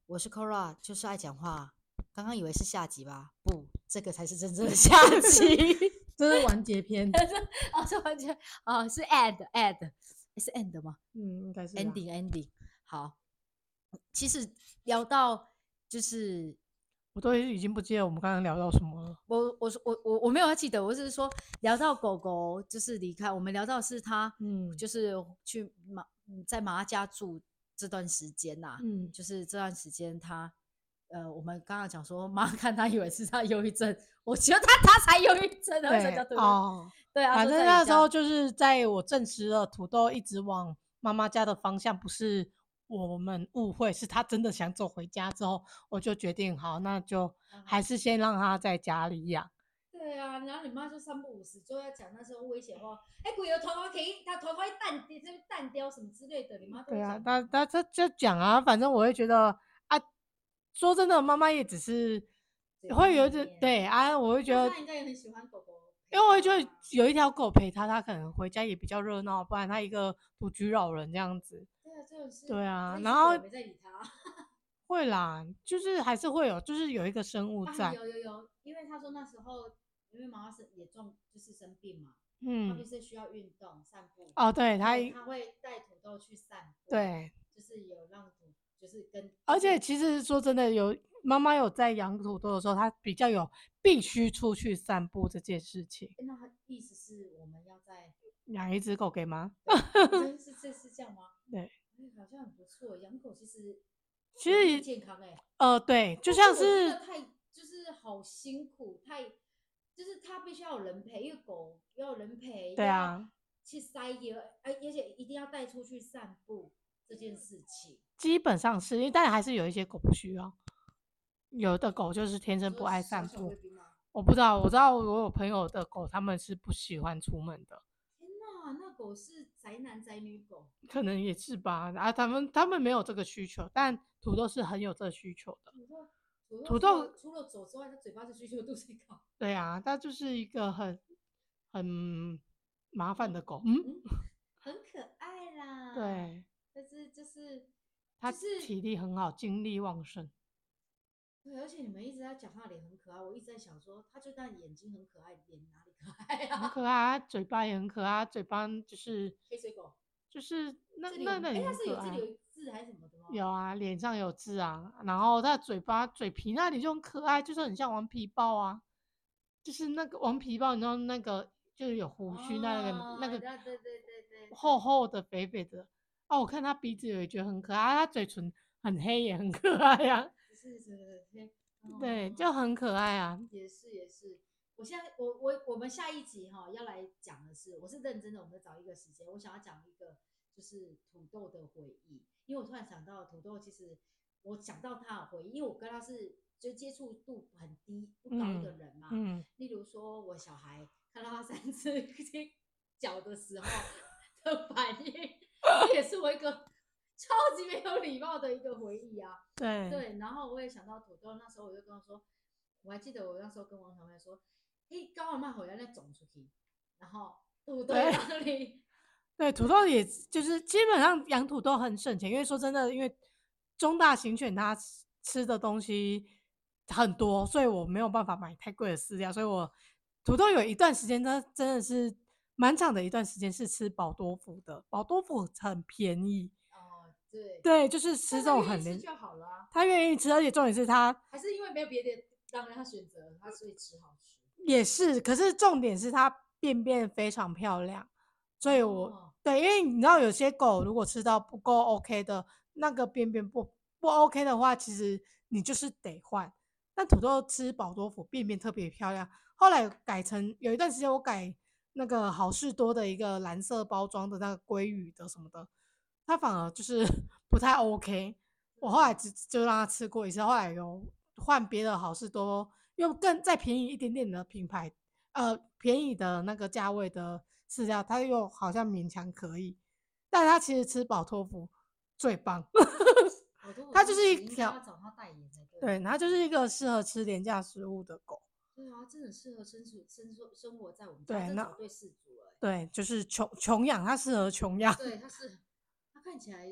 我是 Kora，就是爱讲话。刚刚以为是下集吧？不，这个才是真正的下集。 这是完结篇。 哦，是完全哦，是 add，是 end 吗应该是吧。 ？ending。好，其实聊到就是我都已经不记得我们刚刚聊到什么了。 我没有要记得，我只是说聊到狗狗就是离开，我们聊到是他就是去在妈家住这段时间呐、就是这段时间他我们刚刚讲说妈看他以为是他忧郁症，我觉得他才忧郁症的，为什么叫对哦？ 对啊， 反正那时候就是在我证实了土豆一直往妈妈家的方向，不是我们误会，是他真的想走回家之后，我就决定好，那就还是先让他在家里养。 对啊，然后你妈就三不五时就要讲那时候威胁话，哎，鬼有头发可以，他头发会淡掉什么之类的，你妈都对啊， 会讲。 他就讲啊，反正我会觉得啊，说真的，妈妈也只是会有点对啊，我会觉得他应该也很喜欢狗狗， 因为我觉得有一条狗陪他，他可能回家也比较热闹，不然他一个独居老人这样子。 对啊，这种事。 对啊， 一然后只狗也没在理他。 会啦，就是还是会有，就是有一个生物在。 有，因为他说那时候因为妈妈也就是生病嘛，他不是需要运动散步哦，对， 他会带土豆去散步， 对， 就是有让就是跟， 而且其实说真的，妈妈有在养土豆的时候，她比较有必须出去散步这件事情。 那他意思是我们要在养一只狗给妈， 是这样吗？ 对， 好像很不错，养狗其实其实健康对，就像是我觉得太就是好辛苦，就是他必须要有人陪，因为狗要有人陪， 对啊， 要去塞药，而且一定要带出去散步这件事情。 基本上是，但还是有一些狗不需要，有的狗就是天生不爱散步。我不知道，我知道我有朋友的狗，他们是不喜欢出门的。 天哪，那狗是宅男宅女狗？ 可能也是吧，啊，他们没有这个需求，但土豆是很有这个需求的。土豆除了走之外，它嘴巴的需求都是高。 对啊，它就是一个很麻烦的狗， 很可爱啦。 对， 但是它体力很好，精力旺盛。 对，而且你们一直在讲他脸很可爱，我一直在想说，他就那眼睛很可爱，脸哪里可爱啊？ 很可爱，它嘴巴也很可爱，嘴巴就是黑水狗， 就是那它也很可爱。 是这里有痣还是什么的吗？ 有啊，脸上有痣啊，然后它的嘴皮那里就很可爱，就是很像顽皮豹啊，就是那个顽皮豹，你知道那个就是有胡须那个对， 厚厚的肥肥的哦，我看它鼻子也觉得很可爱，它嘴唇很黑也很可爱啊，对，就很可爱啊。 也是。我现在我们下一集要来讲的是，我是认真的，我们找一个时间，我想要讲一个就是土豆的回忆，因为我突然想到土豆，其实我想到他的回忆，因为我跟他是就接触度很低不高的人嘛，例如说我小孩看到他3只脚的时候的反应，这也是我一个超级没有礼貌的一个回忆啊。对，然后我也想到土豆，那时候我就跟他说，我还记得我那时候跟王小妹说，高阿妈回来那肿出去，然后土豆那里。 对，土豆也就是基本上养土豆很省钱，因为说真的，因为中大型犬它吃的东西很多，所以我没有办法买太贵的饲料，所以我土豆有一段时间它真的是蛮长的一段时间是吃保多福的，保多福很便宜。 哦，对， 对，就是吃这种很吃就好了啊。 他愿意吃，而且重点是他还是因为没有别的让他选择，他所以吃好吃。 也是，可是重点是它便便非常漂亮，所以对，因为你知道有些狗如果吃到不够 OK 的那个便便不 OK 的话，其实你就是得换。但土豆吃保多福便便特别漂亮，后来改成有一段时间我改那个好事多的一个蓝色包装的那个鲑鱼的什么的，它反而就是不太 OK。我后来就让它吃过一次，后来有换别的好事多。又更再便宜一点点的品牌，便宜的那个价位的饲料，它又好像勉强可以，但它其实吃饱托福最棒，它就是一条，对，它就是一个适合吃廉价食物的狗。 对啊，真的适合生活在我们家，这找对饲主了。 对，就是穷养，它适合穷养。 对，它看起来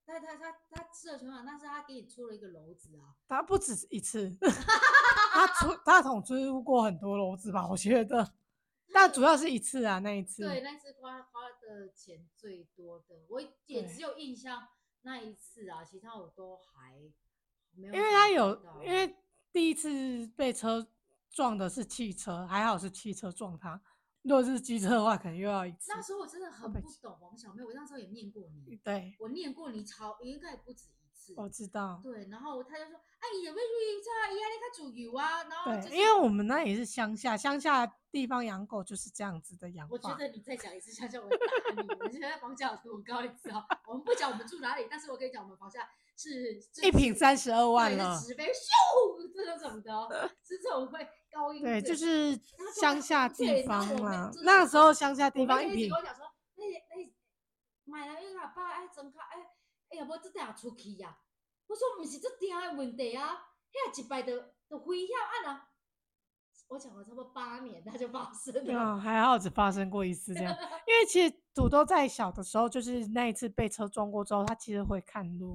他吃了全马，但是他给你出了一个篓子啊。 他不止一次，他总出过很多篓子吧，我觉得。但主要是一次啊，那一次。 对，那次花的钱最多的，我也只有印象那一次啊，其他我都还没有。 因为因为第一次被车撞的是汽车，还好是汽车撞他。如果是机车的话，可能又要一次。 那时候我真的很不懂王小妹，我那时候也念过你， 对， 我念过你应该也不止一次。 我知道。 对，然后他就说：“哎，也会注意这伊安你看主油啊。”然后、 对，因为我们那也是乡下地方养狗就是这样子的养法。 我觉得你再讲一次乡下，我会打你。我现在房价有多高，你知道？我们不讲我们住哪里，但是我跟你讲，我们房价是 1坪32万了， 直飞咻这种的，是这种会高音。 对，就是乡下地方啦。那时候乡下地方 1坪。跟我讲说，买了一个爸爱真卡哎呀，无这定出去呀、啊？我说不是这定的问题啊，遐一摆就飞遐啊啦。我讲了差不多8年，它就发生了。 还好只发生过一次这样，因为其实土豆在小的时候，就是那一次被车撞过之后，他其实会看路。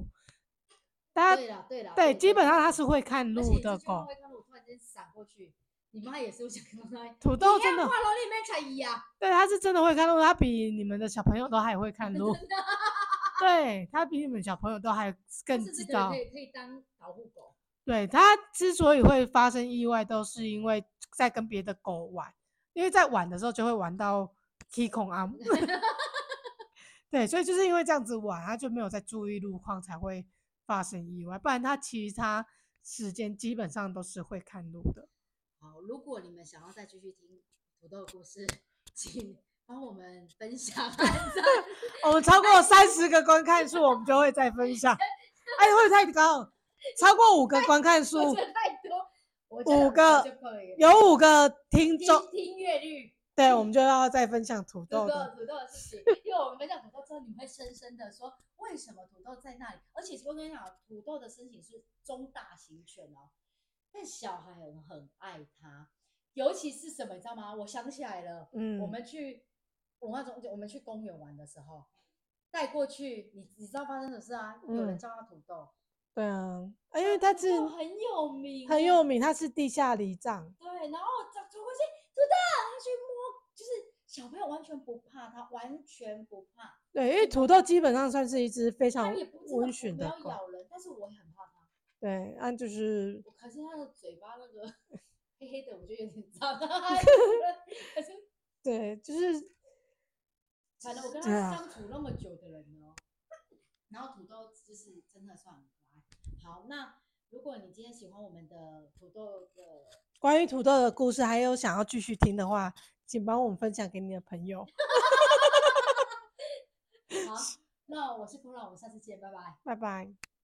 对，基本上他是会看路的狗。 会看路，突然间闪过去，你妈也是我想看到他。 土豆真的， 对， 他是真的会看路，他比你们的小朋友都还会看路。对，他比你们小朋友都还更知道。 可以当保护狗。 对，他之所以会发生意外，都是因为在跟别的狗玩，因为在玩的时候就会玩到 K 孔啊。对，所以就是因为这样子玩，他就没有在注意路况，才会发生意外。不然他其他时间基本上都是会看路的。 好，如果你们想要再继续听土豆的故事，请帮我们分享。 我们超过30个观看数，我们就会再分享。哎，会太高。超过5个观看数， 太多 ，5个有5个听阅率， 对，我们就要再分享土豆的事情。因为我们分享土豆之后，你会深深的说为什么土豆在那里？而且我跟你讲，土豆的身形是中大型犬哦，但小孩很爱它，尤其是什么你知道吗？我想起来了，我们去文化中，我们去公园玩的时候，带过去，你知道发生什么事啊？有人叫他土豆。 对啊，因为他是很有名， 他是地下里长。 对，然后走过去，土豆，他去摸，就是小朋友完全不怕，他完全不怕。 对，因为土豆基本上算是一只非常温驯的狗， 没有咬人，但是我也很怕它。 对，就是， 可是它的嘴巴那个黑黑的，我觉得有点脏。 对，就是， 反正我跟他相处那么久的人呢，然后土豆就是真的算很可爱。好，那如果你今天喜欢我们的土豆的关于土豆的故事，还有想要继续听的话，请帮我们分享给你的朋友。 好，那我是空浪，我们下次见，拜拜。 拜拜。